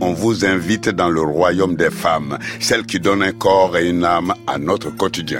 on vous invite dans le royaume des femmes, celles qui donnent un corps et une âme à notre quotidien.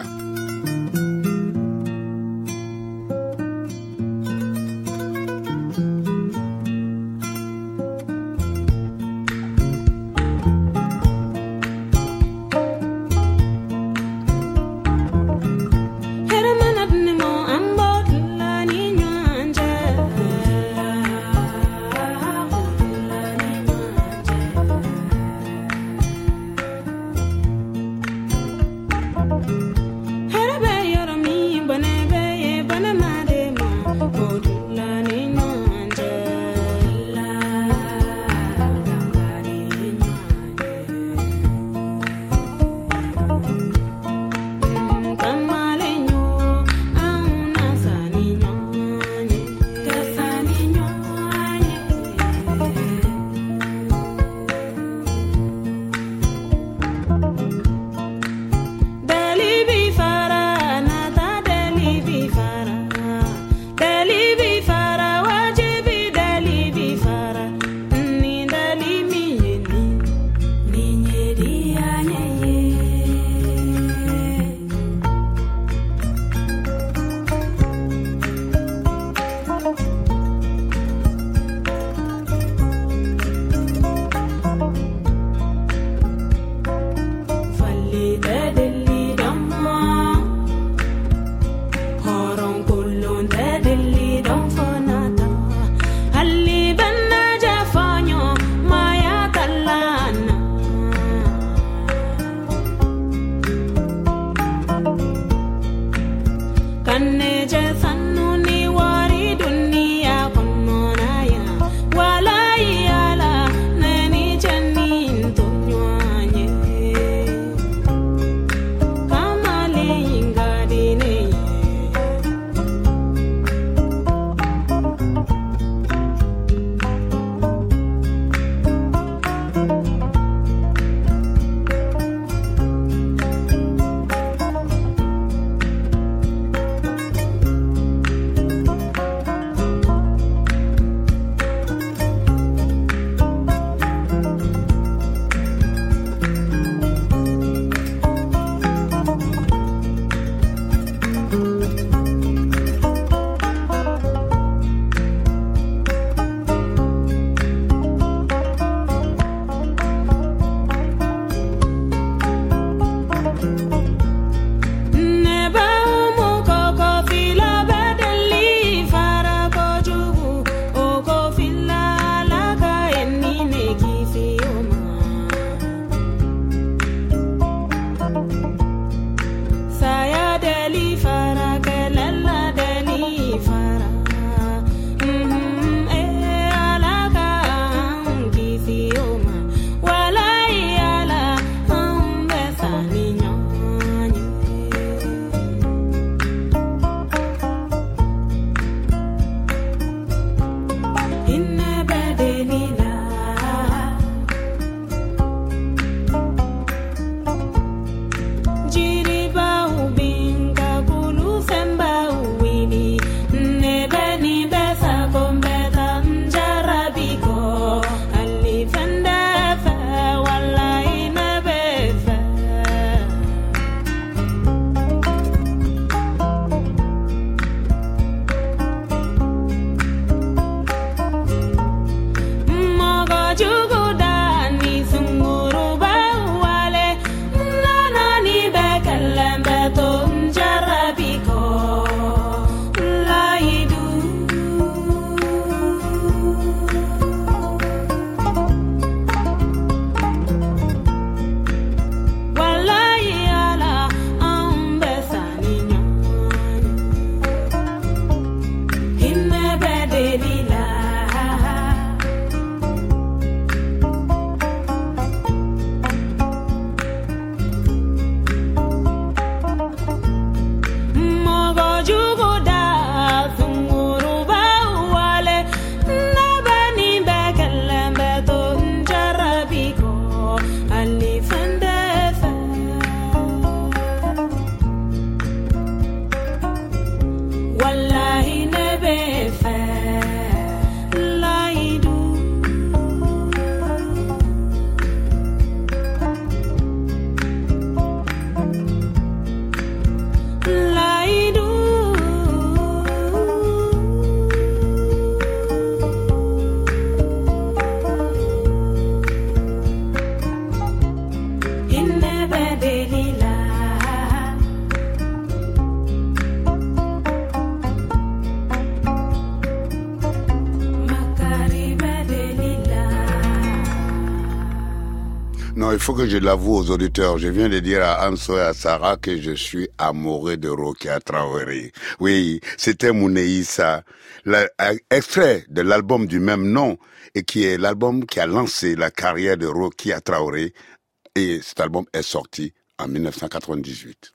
Non, il faut que je l'avoue aux auditeurs. Je viens de dire à Anso et à Sarah que je suis amoureux de Rokia Traoré. Oui, c'était Mouneïssa, extrait de l'album du même nom et qui est l'album qui a lancé la carrière de Rokia Traoré. Et cet album est sorti en 1998.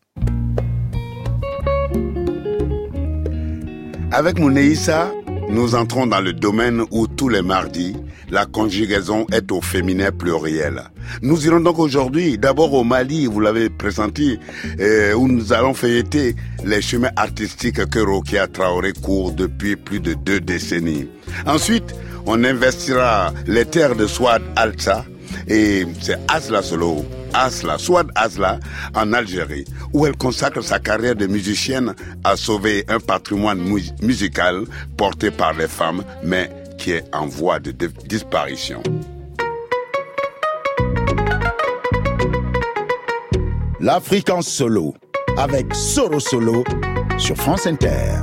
Avec Mouneïssa, nous entrons dans le domaine où tous les mardis, la conjugaison est au féminin pluriel. Nous irons donc aujourd'hui d'abord au Mali, vous l'avez pressenti, où nous allons feuilleter les chemins artistiques que Rokia Traoré court depuis plus de 2 décennies. Ensuite, on investira les terres de Souad Alta, et c'est Souad Asla, en Algérie, où elle consacre sa carrière de musicienne à sauver un patrimoine musical porté par les femmes, mais qui est en voie de disparition. L'Afrique en solo, avec Soro Solo sur France Inter.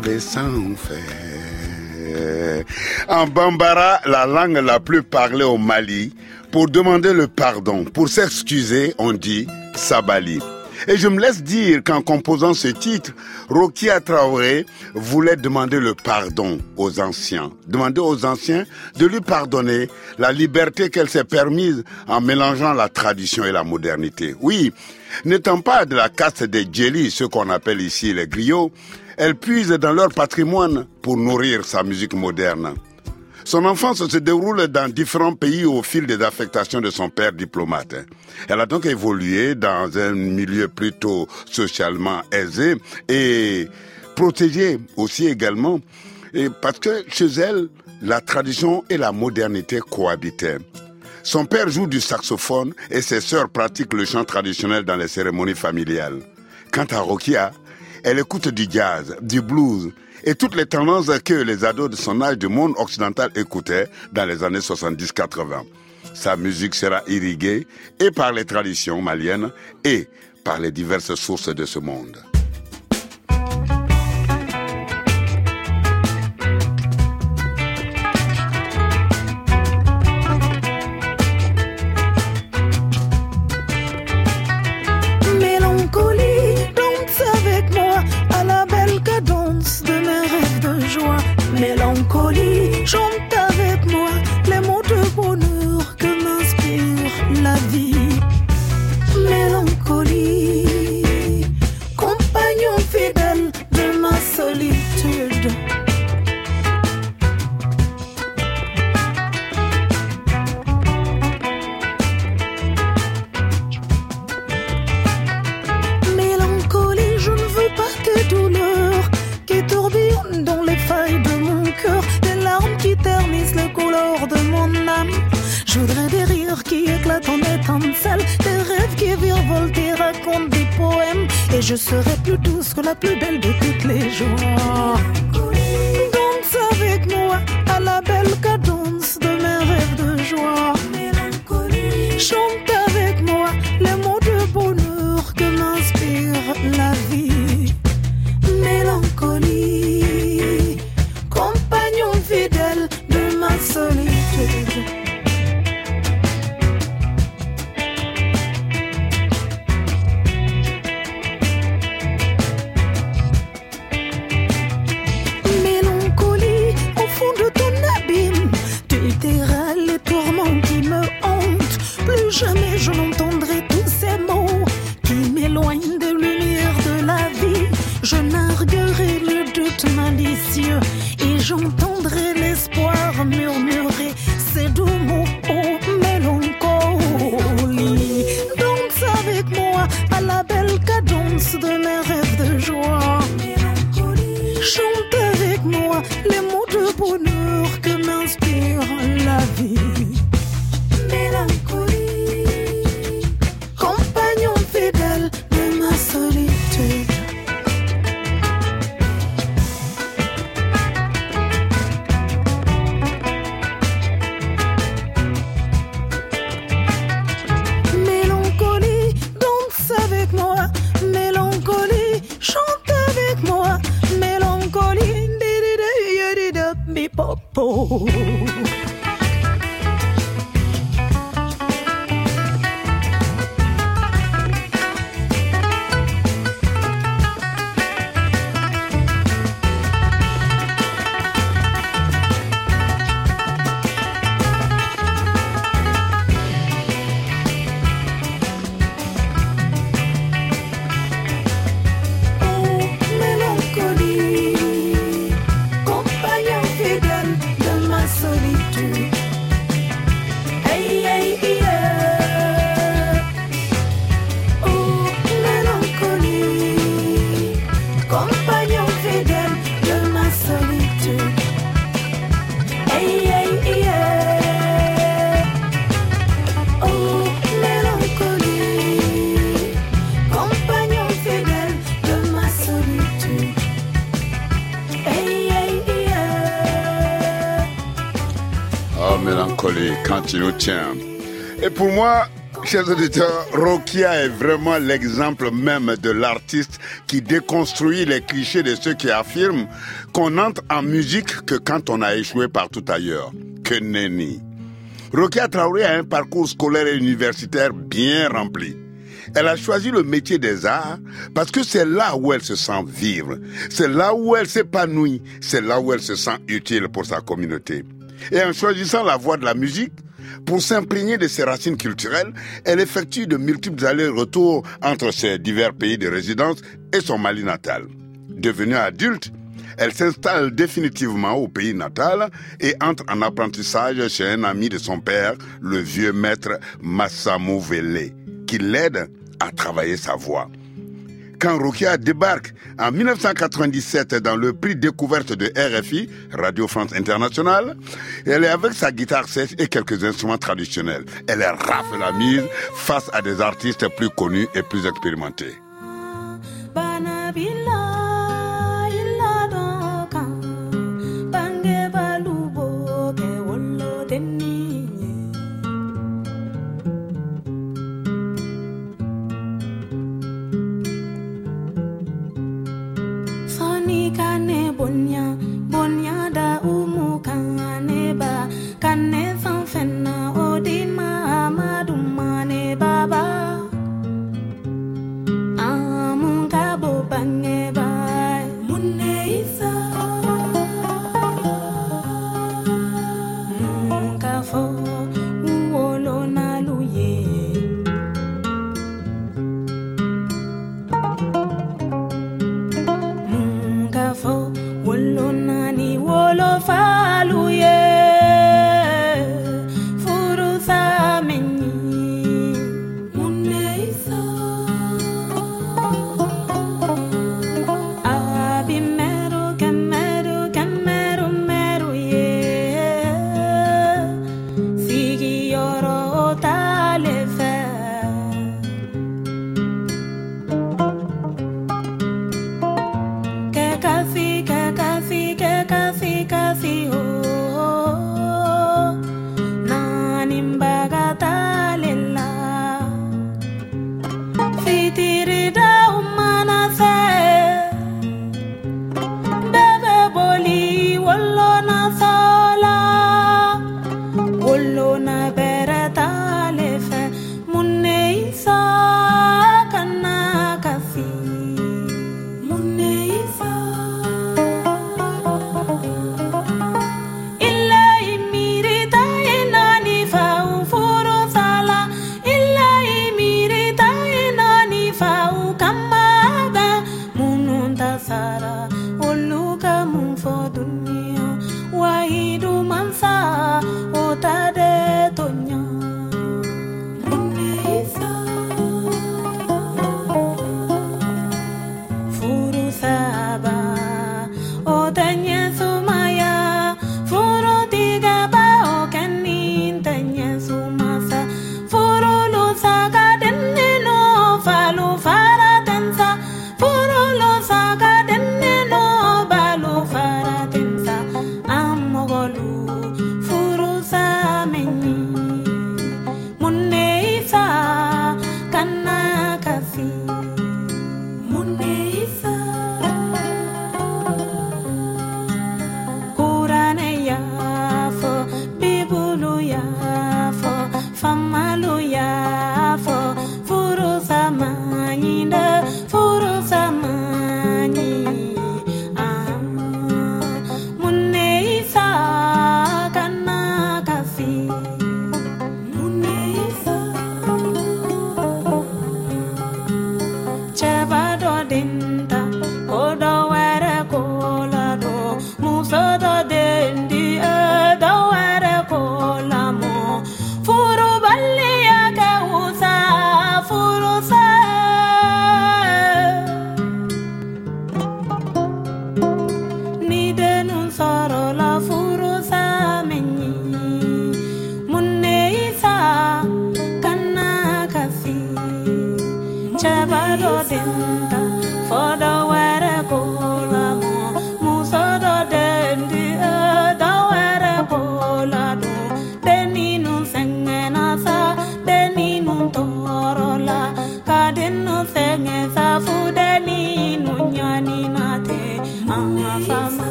savait sans faire. En Bambara, la langue la plus parlée au Mali, pour demander le pardon, pour s'excuser, on dit Sabali. Et je me laisse dire qu'en composant ce titre, Rokia Traoré voulait demander le pardon aux anciens. Demander aux anciens de lui pardonner la liberté qu'elle s'est permise en mélangeant la tradition et la modernité. Oui, n'étant pas de la caste des djeli, ceux qu'on appelle ici les griots, elle puise dans leur patrimoine pour nourrir sa musique moderne. Son enfance se déroule dans différents pays au fil des affectations de son père diplomate. Elle a donc évolué dans un milieu plutôt socialement aisé et protégé aussi également, et parce que chez elle, la tradition et la modernité cohabitaient. Son père joue du saxophone et ses sœurs pratiquent le chant traditionnel dans les cérémonies familiales. Quant à Rokia, elle écoute du jazz, du blues, et toutes les tendances que les ados de son âge du monde occidental écoutaient dans les années 70-80. Sa musique sera irriguée et par les traditions maliennes et par les diverses sources de ce monde. Mélancolie, chante avec moi les mots de bonheur que m'inspire la vie. Mélancolie, compagnon fidèle de ma solitude. Mélancolie, je ne veux pas tes douleurs qui tourbillonnent dans les failles de mon cœur, des larmes qui ternissent les couleurs de mon âme. Je voudrais des rires qui éclatent en étincelles, des rêves qui virevoltent et racontent des poèmes. Et je serai plus douce que la plus belle de toutes les joies. Danse avec moi à la belle cadence de mes rêves de joie. Chante avec moi les mots de bonheur que m'inspire la vie. Mélancolie, compagnon fidèle de ma solitude. Mélancolie, au fond de ton abîme, tu tairas les tourments qui me hantent. Plus jamais je n'entendrai tous ces mots qui m'éloignent des lumières de la vie. Je narguerai le doute malicieux et j'entendrai l'espoir murmurer ces doux mots. Oh, mélancolie, danse avec moi à la belle cadence de mes rêves de joie. Chante avec moi les mots de bonheur que m'inspire la vie. Mélancolie, compagnon fidèle de ma solitude. Mélancolie, danse avec moi. Mélancolie, chante avec moi. Mélancolie, bi-popo. Mélancolie, quand il nous tient. Et pour moi, Chers auditeurs, Rokia est vraiment l'exemple même de l'artiste qui déconstruit les clichés de ceux qui affirment qu'on n'entre en musique que quand on a échoué partout ailleurs. Que nenni. Rokia Traoré a un parcours scolaire et universitaire bien rempli. Elle a choisi le métier des arts parce que c'est là où elle se sent vivre. C'est là où elle s'épanouit. C'est là où elle se sent utile pour sa communauté. Et en choisissant la voie de la musique, pour s'imprégner de ses racines culturelles, elle effectue de multiples allers-retours entre ses divers pays de résidence et son Mali natal. Devenue adulte, elle s'installe définitivement au pays natal et entre en apprentissage chez un ami de son père, le vieux maître Massamou Vélé, qui l'aide à travailler sa voix. Quand Rokia débarque en 1997 dans le prix découverte de RFI, Radio France Internationale, elle est avec sa guitare sèche et quelques instruments traditionnels. Elle rafle la mise face à des artistes plus connus et plus expérimentés.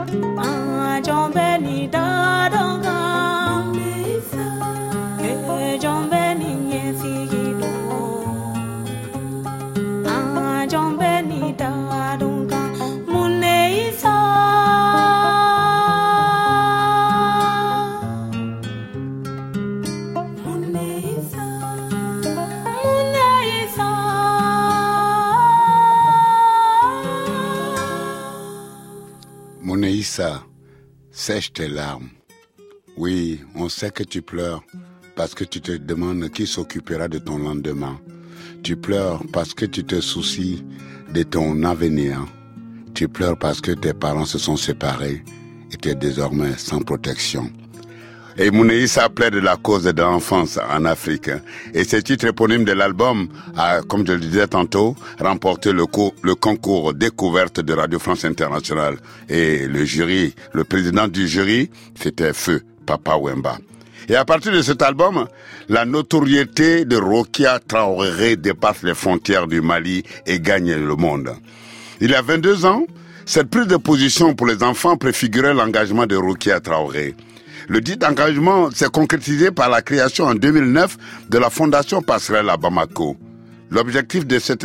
Monéissa, sèche tes larmes. Oui, on sait que tu pleures parce que tu te demandes qui s'occupera de ton lendemain. Tu pleures parce que tu te soucies de ton avenir. Tu pleures parce que tes parents se sont séparés et tu es désormais sans protection. Et Monéissa plaide de la cause de l'enfance en Afrique. Et ce titre éponyme de l'album a, comme je le disais tantôt, remporté le concours découverte de Radio France Internationale. Et le président du jury, c'était Feu Papa Wemba. Et à partir de cet album, la notoriété de Rokia Traoré dépasse les frontières du Mali et gagne le monde. Il y a 22 ans, cette prise de position pour les enfants préfigurait l'engagement de Rokia Traoré. Le dit engagement s'est concrétisé par la création en 2009 de la Fondation Passerelle à Bamako. L'objectif de cette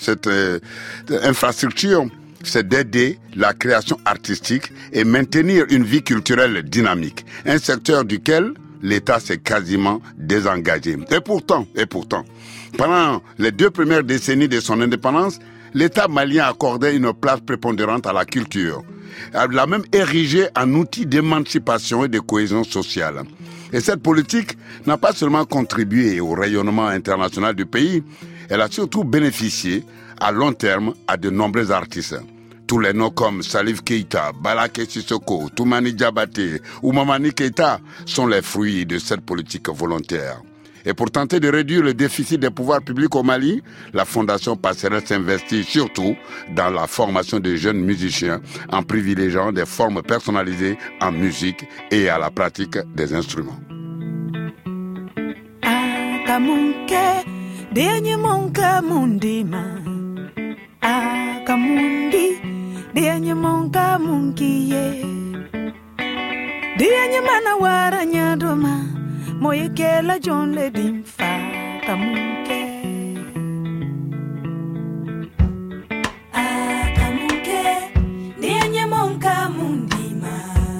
infrastructure, c'est d'aider la création artistique et maintenir une vie culturelle dynamique, un secteur duquel l'État s'est quasiment désengagé. Et pourtant, pendant les 2 premières décennies de son indépendance, l'État malien accordait une place prépondérante à la culture. Elle l'a même érigé en outil d'émancipation et de cohésion sociale. Et cette politique n'a pas seulement contribué au rayonnement international du pays, elle a surtout bénéficié à long terme à de nombreux artistes. Tous les noms comme Salif Keita, Balaké Sissoko, Toumani Diabaté ou Mamani Keita sont les fruits de cette politique volontaire. Et pour tenter de réduire le déficit des pouvoirs publics au Mali, la Fondation Passerelle s'investit surtout dans la formation des jeunes musiciens en privilégiant des formes personnalisées en musique et à la pratique des instruments. Moye kela John le dimfa kamunke kamunke dianye monka mundima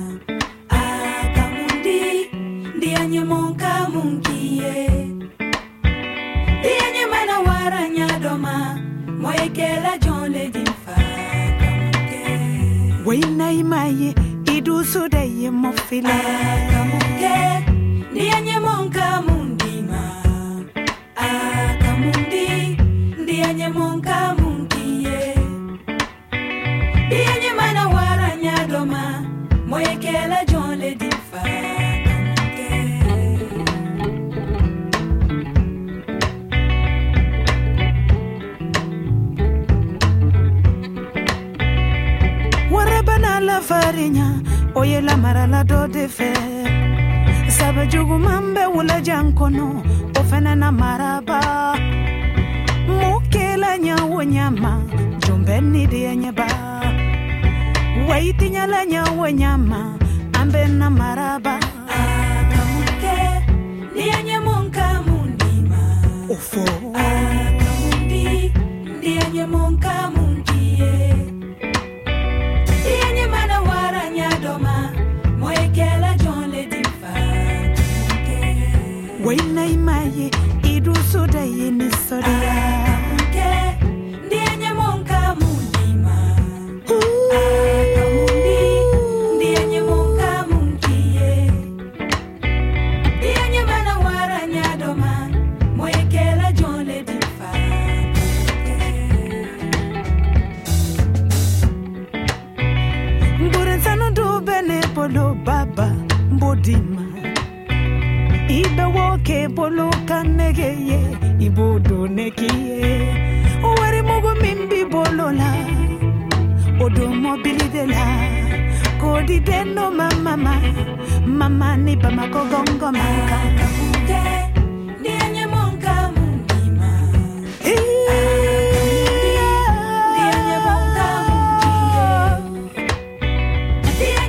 kamundi dianye monka munkiye dianye mana waranya doma moye kela John le dimfa kamunke weina imaye idusu deye mofila kamunke Ndianye monka mundima kamundi ndianye monka munkiye ndianye mana waranya doma moyekela John le difa warabana la farinya oye la marala do de fer Sabajugu mambe wula jankono ofena na maraba mukela nyawo nyama jombeni de nyaba waiti nyala nyawo nyama ambe na maraba kamuke nianye monka mundima ofo kamundi nianye monka mungie nianye mana waranya doma moekela John le Weina imaye idusu da yini sodia ke ndianye monka mundima kamundi ndianye monka munkiye ndianye mana waranya doma moekela John le difa Mburensano do bene polo baba mbodima Ibe woke bolo kanegeye ibodo nekiye Owari mogo mimbi bolola Odo mobili de la Kodi deno mama Mama ni bama kogongo maka Kamuke Ndianye monka mundima Ndianye monka mundiye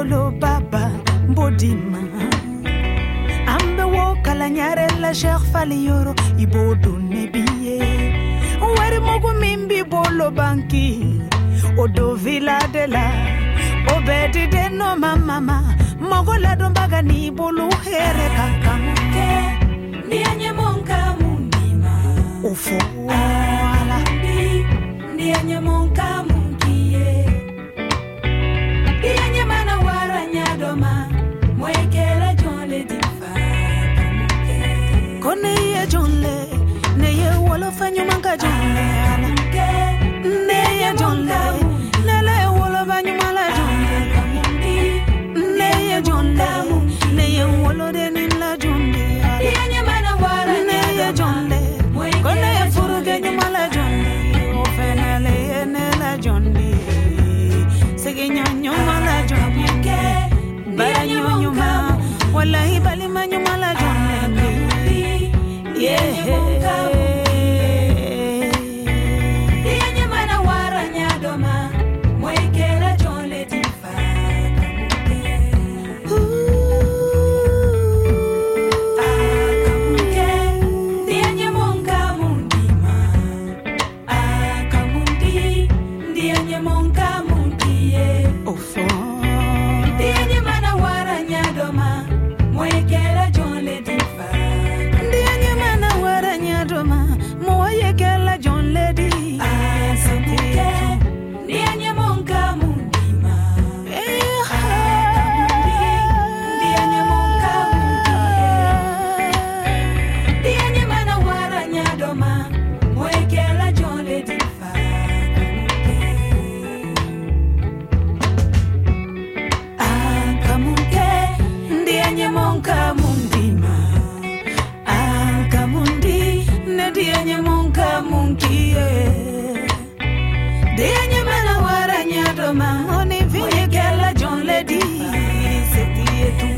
bolo baba bodima ambe wo kalanyare la cher faliyoro ibodo nebiye wari mogu mimbi bolo banki odo villa de la obedi de no mama mogo la dombaga ni bolo here kakamuke ni anye monka mundima ufo ala ni anye monka munkiye ni anye mana waranya doma mwekela jonle difa kamuke kone ye jonle ne ye wolo fanyu manka jonle ala ne ye jonle ne le wolo banyu mala jonle ne ye jonle ne ye wolo de ni la jonle ni anye mana waranya ne ye jonle kone ye furuge nyu mala jonle ofenale ne la jonle sege nyonyo mala jonle bara nyonyo ma wallahi bali manyu mala jonle yeah yenye mana waranya doma mwekela jonle difa kamuke yenye monka mundima kamundi yenye monka mundiye ofo yenye mana waranya doma mwekela jonle difa yenye mana waranya doma mwekela jonle difa yenye monka mundima yenye monka mundiye yenye mana waranya doma mwekela jonle difa kamuke ndiye monka mundima kamundi ndiye monka munkiye ndiye mana waranya doma oni vinyekela jonle di setie tu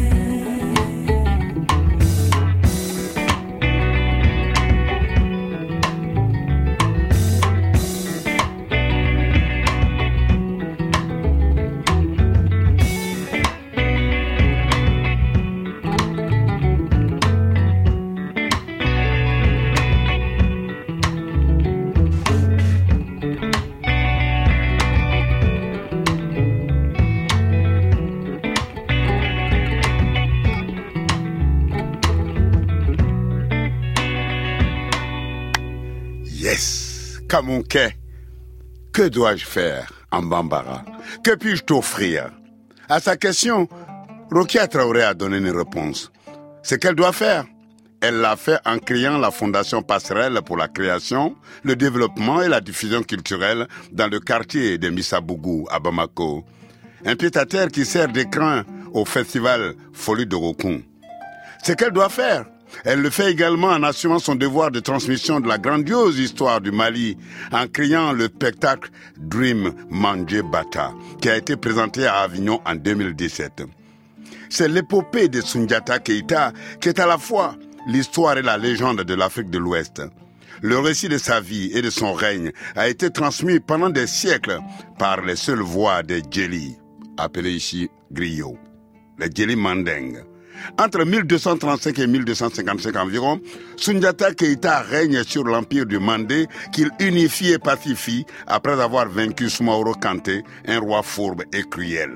Yes, Kamunke, que dois-je faire en Bambara? Que puis-je t'offrir? À sa question, Rokia Traoré a donné une réponse. Ce qu'elle doit faire, elle l'a fait en créant la Fondation Passerelle pour la création, le développement et la diffusion culturelle dans le quartier de Missabougou à Bamako. Un pied-à-terre qui sert d'écran au festival Folie de Rokun. Ce qu'elle doit faire, elle le fait également en assumant son devoir de transmission de la grandiose histoire du Mali en créant le spectacle Dream Manje Bata qui a été présenté à Avignon en 2017. C'est l'épopée de Soundiata Keïta qui est à la fois l'histoire et la légende de l'Afrique de l'Ouest. Le récit de sa vie et de son règne a été transmis pendant des siècles par les seules voix des Djeli, appelés ici griots, les Djeli Mandeng. Entre 1235 et 1255 environ, Soundiata Keïta règne sur l'empire du Mandé qu'il unifie et pacifie après avoir vaincu Soumaoro Kanté, un roi fourbe et cruel.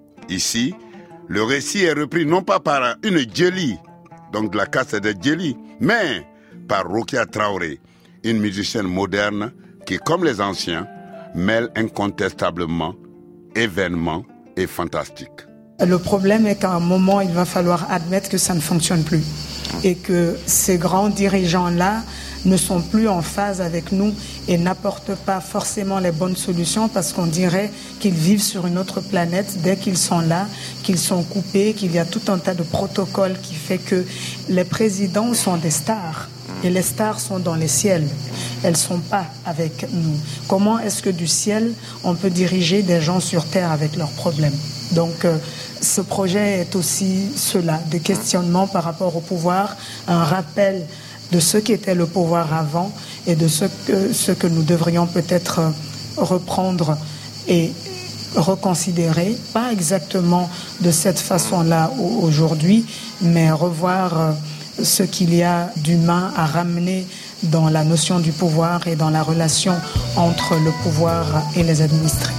Ici, le récit est repris non pas par une Djeli, donc de la caste des Djeli, mais par Rokia Traoré, une musicienne moderne qui, comme les anciens, mêle incontestablement événements et fantastique. Le problème est qu'à un moment, il va falloir admettre que ça ne fonctionne plus et que ces grands dirigeants-là ne sont plus en phase avec nous et n'apportent pas forcément les bonnes solutions parce qu'on dirait qu'ils vivent sur une autre planète dès qu'ils sont là, qu'ils sont coupés, qu'il y a tout un tas de protocoles qui fait que les présidents sont des stars. Et les stars sont dans les ciels. Elles ne sont pas avec nous. Comment est-ce que du ciel, on peut diriger des gens sur terre avec leurs problèmes? Donc, ce projet est aussi cela, des questionnements par rapport au pouvoir, un rappel de ce qu'était le pouvoir avant et de ce que nous devrions peut-être reprendre et reconsidérer, pas exactement de cette façon-là aujourd'hui, mais revoir ce qu'il y a d'humain à ramener dans la notion du pouvoir et dans la relation entre le pouvoir et les administrés.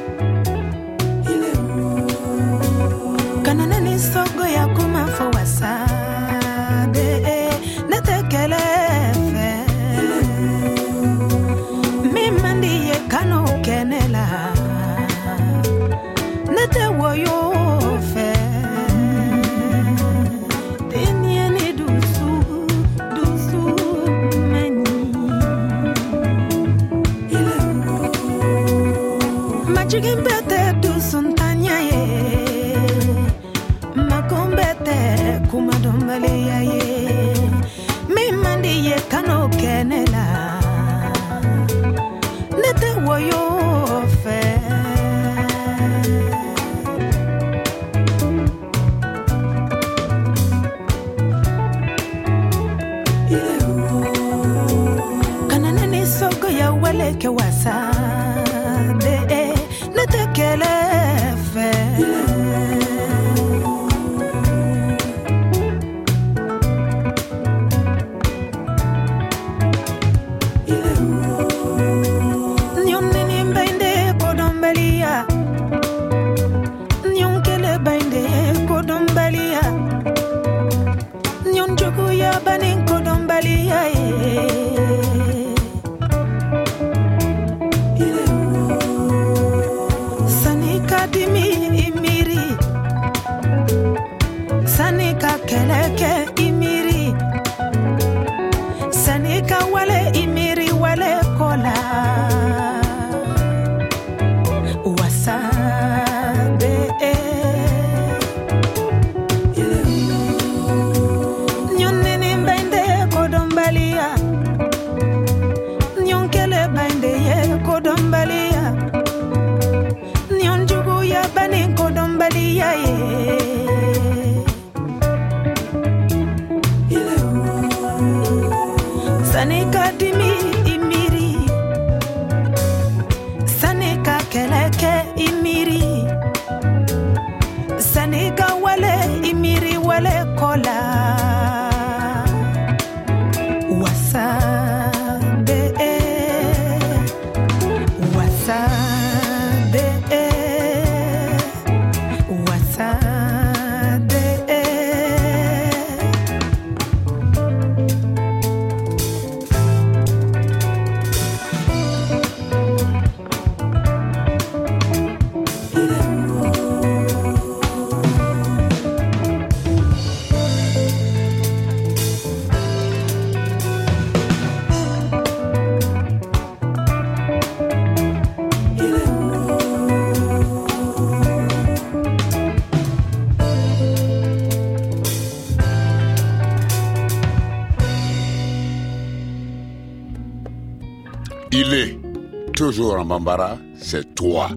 Il est toujours en Bambara, c'est toi.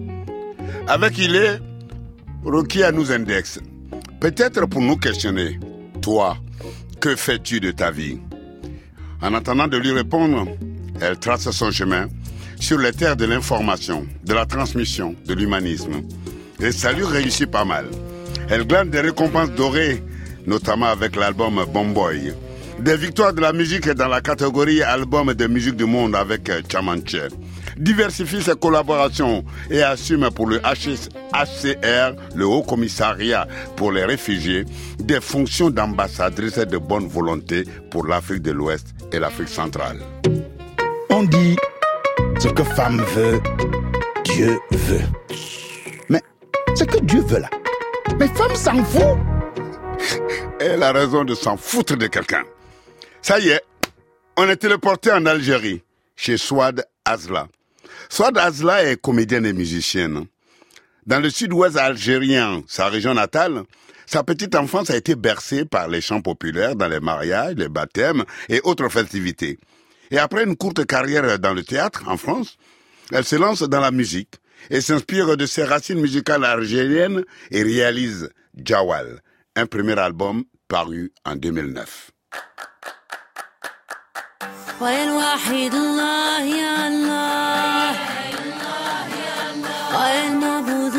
Avec il est, Rokia nous indexe. Peut-être pour nous questionner. Toi, que fais-tu de ta vie? En attendant de lui répondre, elle trace son chemin sur les terres de l'information, de la transmission, de l'humanisme. Et ça lui réussit pas mal. Elle glane des récompenses dorées, notamment avec l'album Bomboy. Des victoires de la musique dans la catégorie album de musique du monde avec Chamanche. Diversifie ses collaborations et assume pour le HCR, le Haut Commissariat pour les réfugiés, des fonctions d'ambassadrice de bonne volonté pour l'Afrique de l'Ouest et l'Afrique centrale. On dit ce que femme veut, Dieu veut. Mais ce que Dieu veut là, mais femme s'en fout. Elle a raison de s'en foutre de quelqu'un. Ça y est, on est téléporté en Algérie, chez Souad Azla. Souad Azla est comédienne et musicienne. Dans le sud-ouest algérien, sa région natale, sa petite enfance a été bercée par les chants populaires dans les mariages, les baptêmes et autres festivités. Et après une courte carrière dans le théâtre en France, elle se lance dans la musique et s'inspire de ses racines musicales algériennes et réalise Jawal, un premier album paru en 2009. والوحيد الله يا الله والمعبود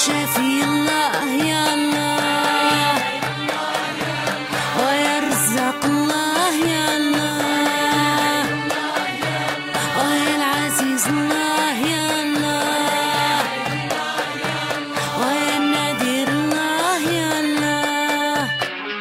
شافي الله يا الله ويا رزاق الله يا الله ويا العزيز الله يا الله ويا النذير الله يا الله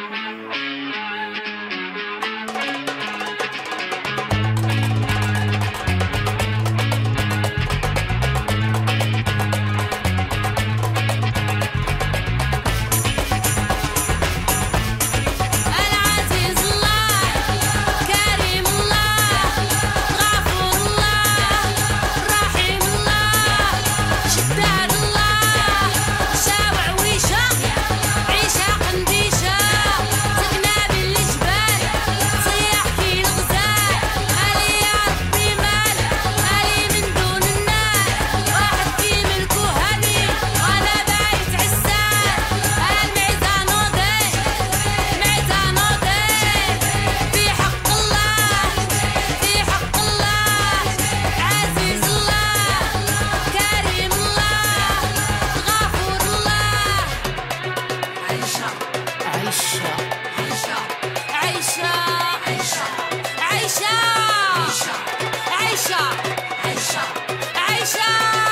العزيز الله كريم الله غفور الله رحيم الله شداد الله شاوع ويشا عيشة قنديشة سكنة بالجبال صيح في الغزال علي يا ربي مال علي من دون الناس واحد في ملكو هني وانا بايت عسال الميزان وضي ميزان وضي في حق الله في حق الله عزيز الله كريم الله غفور الله عيشة عيشة عيشة عيشة عيشة عيشة عيشة عيشة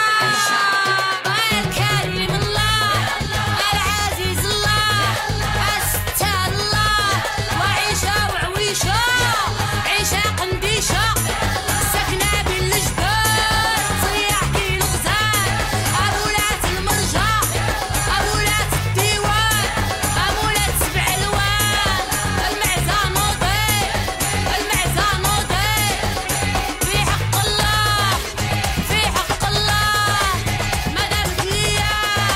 الكريم الله العزيز الله الستار الله وعيشة وعويشة عيشة قنديشة سكنة بالجبال صيح في الغزال أبولات المرجع أبولات الديوان أبولات سبع الوان المعزان وضي المعزان وضي في حق الله في حق الله ما دامت ليا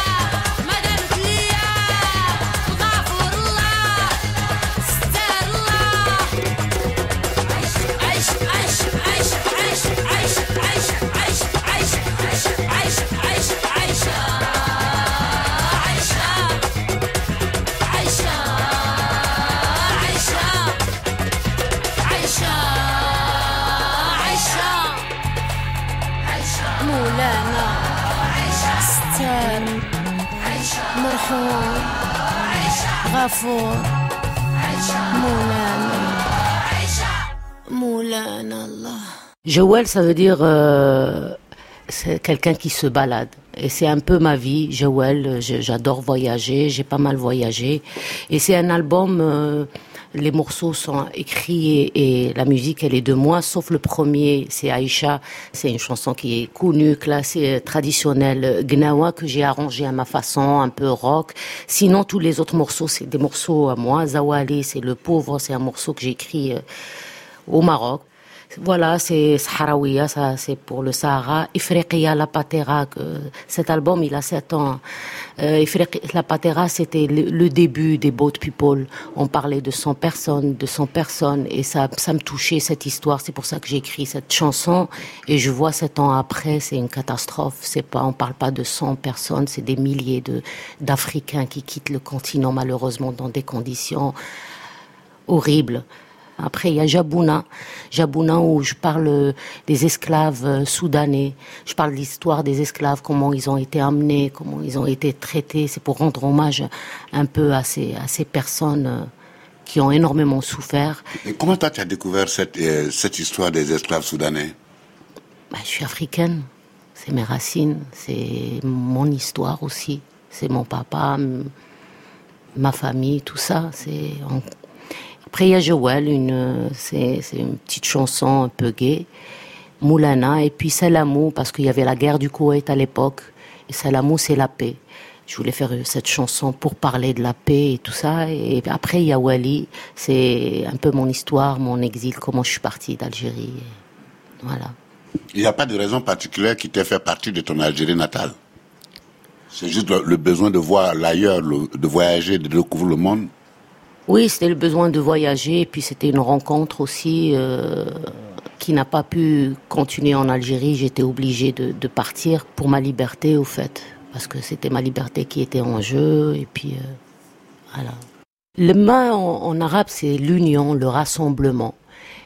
غفور الله ستار الله عيش عيش عيش عيش عيش عيش عيش عيش عيش عيش عيش عيش عيشة عيشة عيشة عيشة عيشة مولانا ستار مرحوم غفور مولانا الله. Jawel, ça veut dire c'est quelqu'un qui se balade. Et c'est un peu ma vie, Jawel. J'adore voyager, j'ai pas mal voyagé. Et c'est un album, les morceaux sont écrits et la musique, elle est de moi, sauf le premier, c'est Aïcha. C'est une chanson qui est connue, classée, traditionnelle, gnawa, que j'ai arrangé à ma façon, un peu rock. Sinon, tous les autres morceaux, c'est des morceaux à moi. Zawali, c'est Le Pauvre, c'est un morceau que j'ai écrit au Maroc. Voilà, c'est Sahraouia, ça c'est pour le Sahara. Ifriqiya La Patera, cet album il a 7 ans. La Patera, c'était le début des Boat People. On parlait de 100 personnes et ça me touchait cette histoire. C'est pour ça que j'ai écrit cette chanson et je vois 7 ans après, c'est une catastrophe. On parle pas de 100 personnes, c'est des milliers d'Africains qui quittent le continent malheureusement dans des conditions horribles. Après, il y a Jabouna où je parle des esclaves soudanais. Je parle de l'histoire des esclaves, comment ils ont été amenés, comment ils ont été traités. C'est pour rendre hommage un peu à ces personnes qui ont énormément souffert. Et comment toi tu as découvert cette histoire des esclaves soudanais? Je suis africaine, c'est mes racines, c'est mon histoire aussi. C'est mon papa, ma famille, tout ça. Après, il y a Jawel, c'est une petite chanson un peu gaie. Moulana, et puis Salamou, parce qu'il y avait la guerre du Koweït à l'époque. Et Salamou, c'est la paix. Je voulais faire cette chanson pour parler de la paix et tout ça. Et après, il y a Wali, c'est un peu mon histoire, mon exil, comment je suis partie d'Algérie. Voilà. Il n'y a pas de raison particulière qui t'ait fait partie de ton Algérie natale? C'est juste le besoin de voir l'ailleurs, de voyager, de découvrir le monde? Oui, c'était le besoin de voyager, et puis c'était une rencontre aussi qui n'a pas pu continuer en Algérie. J'étais obligée de partir pour ma liberté, au fait, parce que c'était ma liberté qui était en jeu, et puis voilà. Le ma en arabe, c'est l'union, le rassemblement.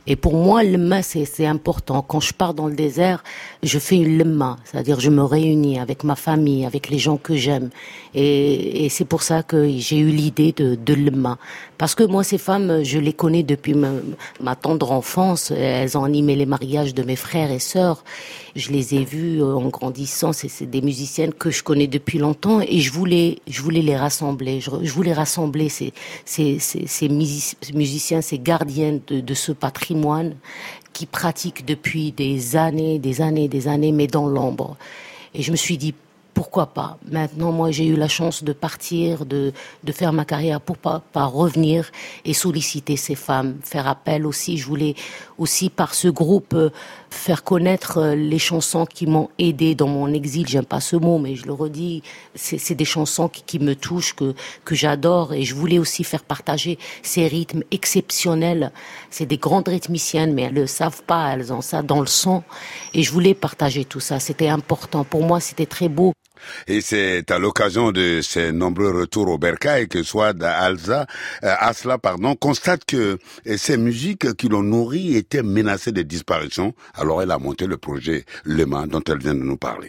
Et pour moi, le lemma, c'est important. Quand je pars dans le désert, je fais une lemma, c'est-à-dire je me réunis avec ma famille, avec les gens que j'aime. Et c'est pour ça que j'ai eu l'idée de lemma. Parce que moi, ces femmes, je les connais depuis ma tendre enfance. Elles ont animé les mariages de mes frères et sœurs. Je les ai vues en grandissant. C'est des musiciennes que je connais depuis longtemps et je voulais les rassembler. Je voulais rassembler ces musiciens, ces gardiennes de ce patrimoine qui pratiquent depuis des années, mais dans l'ombre. Et je me suis dit, pourquoi pas? Maintenant, moi, j'ai eu la chance de partir, de faire ma carrière pour pas revenir et solliciter ces femmes, faire appel aussi. Je voulais aussi, par ce groupe, faire connaître les chansons qui m'ont aidé dans mon exil. J'aime pas ce mot, mais je le redis. C'est des chansons qui me touchent, que j'adore. Et je voulais aussi faire partager ces rythmes exceptionnels. C'est des grandes rythmiciennes, mais elles le savent pas. Elles ont ça dans le sang. Et je voulais partager tout ça. C'était important. Pour moi, c'était très beau. Et c'est à l'occasion de ces nombreux retours au Bercail que Souad Asla, constate que ces musiques qui l'ont nourri étaient menacées de disparition. Alors elle a monté le projet Lemma dont elle vient de nous parler.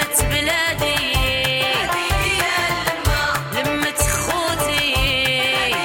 بلادي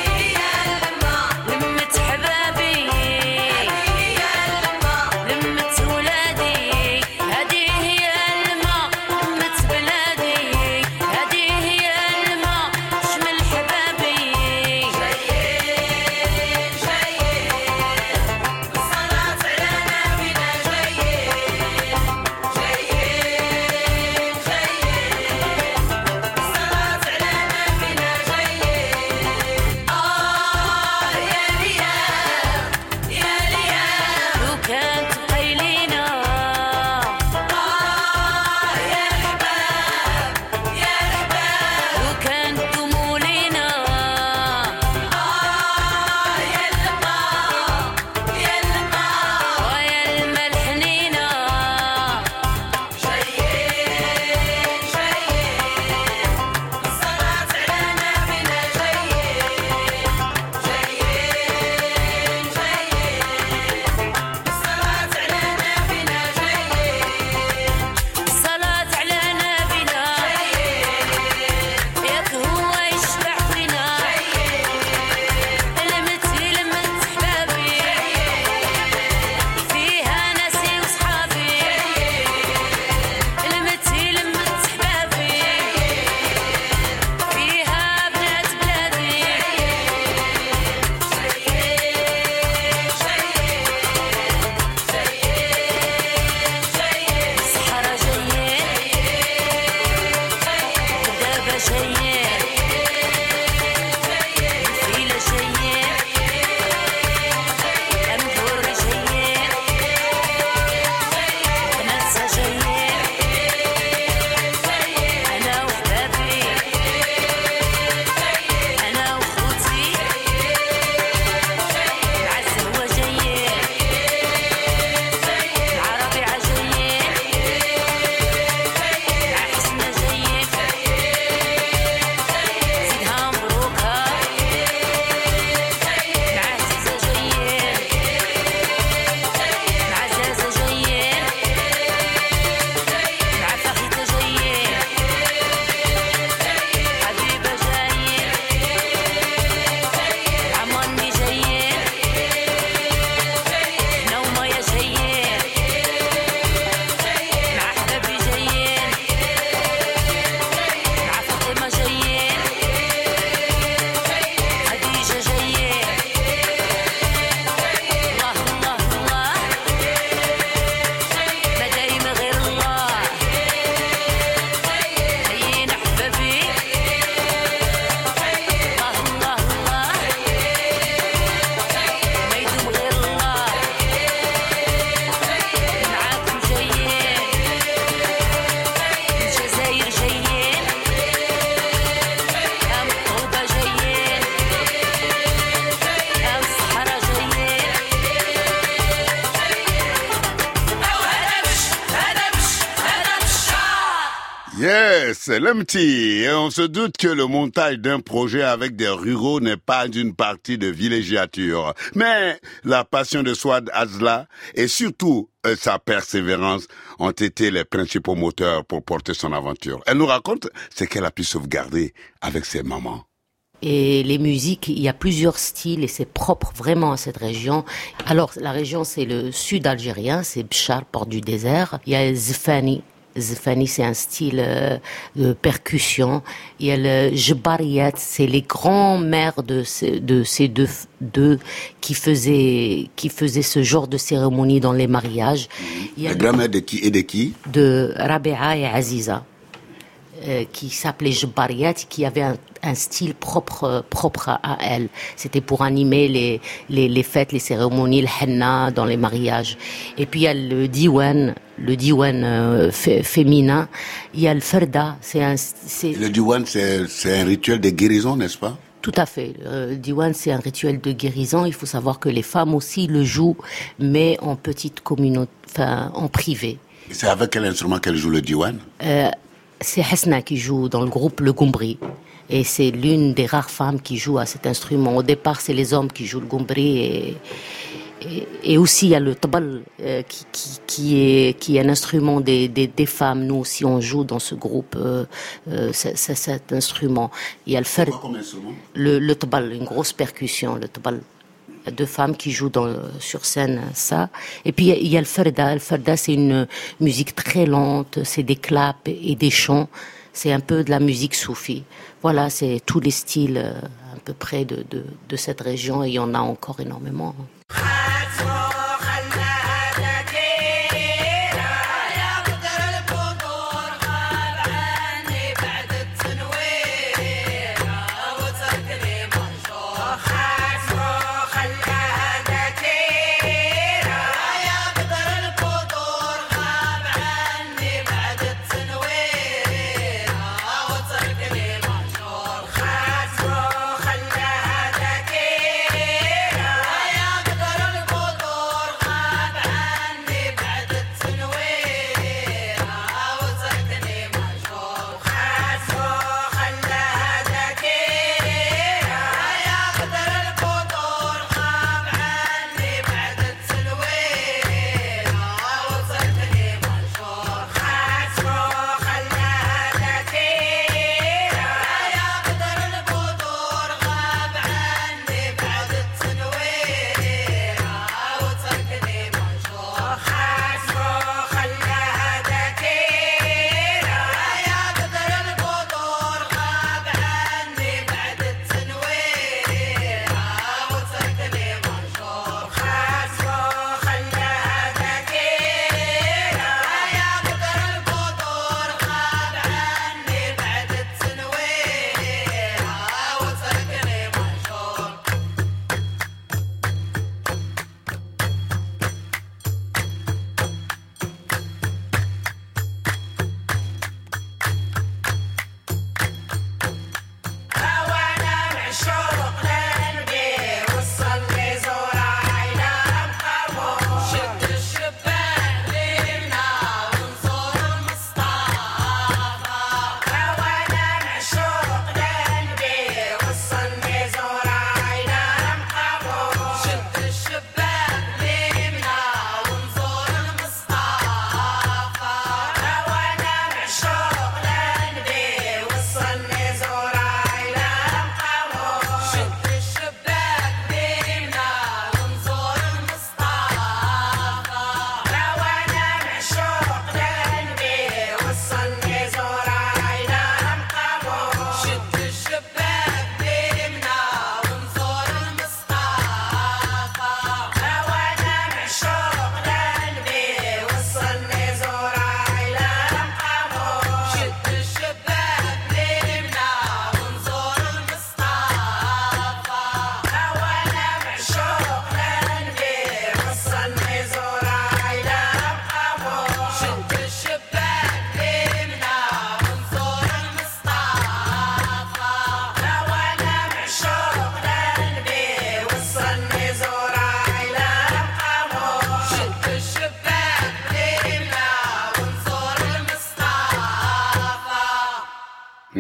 c'est l'MT. Et on se doute que le montage d'un projet avec des ruraux n'est pas une partie de villégiature. Mais la passion de Souad Azla et surtout sa persévérance ont été les principaux moteurs pour porter son aventure. Elle nous raconte ce qu'elle a pu sauvegarder avec ses mamans. Et les musiques, il y a plusieurs styles et c'est propre vraiment à cette région. Alors, la région, c'est le sud algérien, c'est Bchar, porte du désert. Il y a Zfani. Zfani, c'est un style de percussion. Il y a le Jbariyat, c'est les grands-mères de ces deux qui faisaient ce genre de cérémonie dans les mariages. La grand-mère de qui et de qui? De Rabia et Aziza. Qui s'appelait Jbariyat, qui avait un style propre à elle. C'était pour animer les fêtes, les cérémonies, le henna dans les mariages. Et puis il y a le diwan féminin. Il y a le ferda. Le diwan, c'est un rituel de guérison, n'est-ce pas? Tout à fait. Le diwan, c'est un rituel de guérison. Il faut savoir que les femmes aussi le jouent, mais en petite communauté, enfin en privé. Et c'est avec quel instrument qu'elle joue le diwan? C'est Hasna qui joue dans le groupe Le Goumbri. Et c'est l'une des rares femmes qui joue à cet instrument. Au départ, c'est les hommes qui jouent le Goumbri. Et aussi, il y a le tabal, qui est un instrument des femmes. Nous aussi, on joue dans ce groupe cet instrument. Il y a le fer. Comme instrument? Le tabal, une grosse percussion, le tabal. Deux femmes qui jouent sur scène ça. Et puis il y a le ferda. Le ferda, c'est une musique très lente, c'est des claps et des chants. C'est un peu de la musique soufie. Voilà, c'est tous les styles à peu près de cette région et il y en a encore énormément.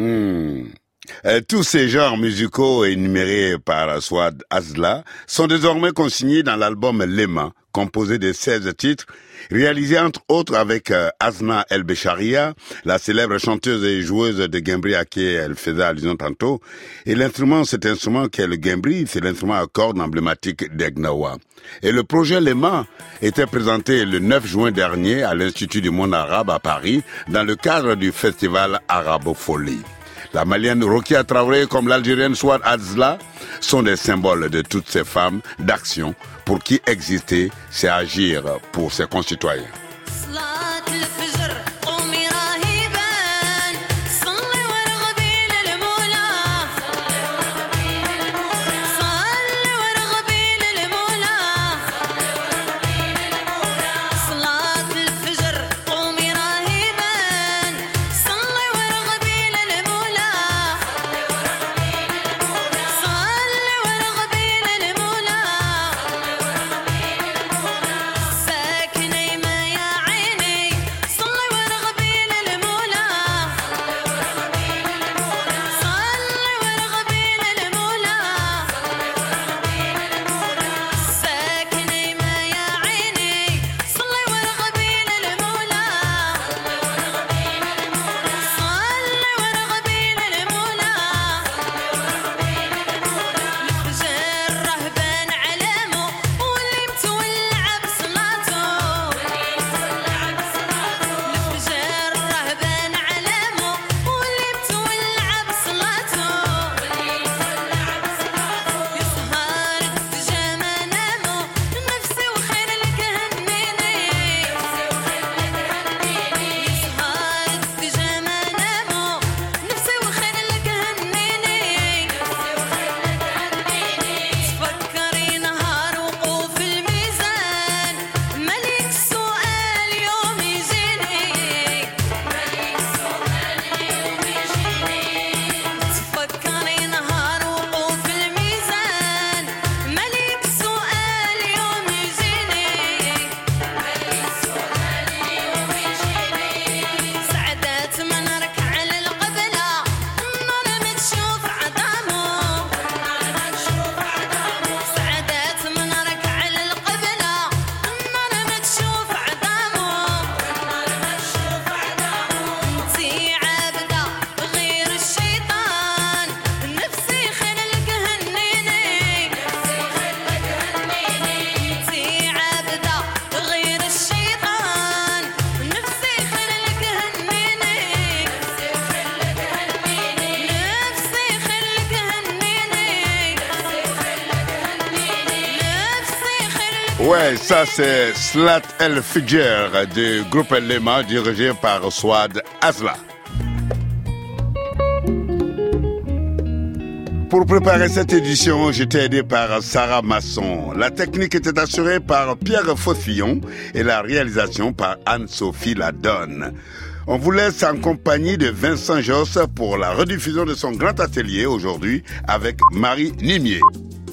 Tous ces genres musicaux énumérés par Swad Azla sont désormais consignés dans l'album Lema, composé de 16 titres, réalisé entre autres avec Azna El Becharia, la célèbre chanteuse et joueuse de Gembri à qui elle faisait allusion tantôt. Et cet instrument qui est le Gembri, c'est l'instrument à cordes emblématique d'Egnawa. Et le projet Lema était présenté le 9 juin dernier à l'Institut du monde arabe à Paris, dans le cadre du festival Arabofolie. La malienne Rokia Traoré comme l'algérienne Swad Azla sont des symboles de toutes ces femmes d'action pour qui exister, c'est agir pour ses concitoyens. Ouais, ça c'est Slat El Fidjer du groupe Lema dirigé par Swad Azla. Pour préparer cette édition, j'étais aidé par Sarah Masson. La technique était assurée par Pierre Faucillon et la réalisation par Anne-Sophie Ladonne. On vous laisse en compagnie de Vincent Josse pour la rediffusion de son grand atelier aujourd'hui avec Marie Nimier.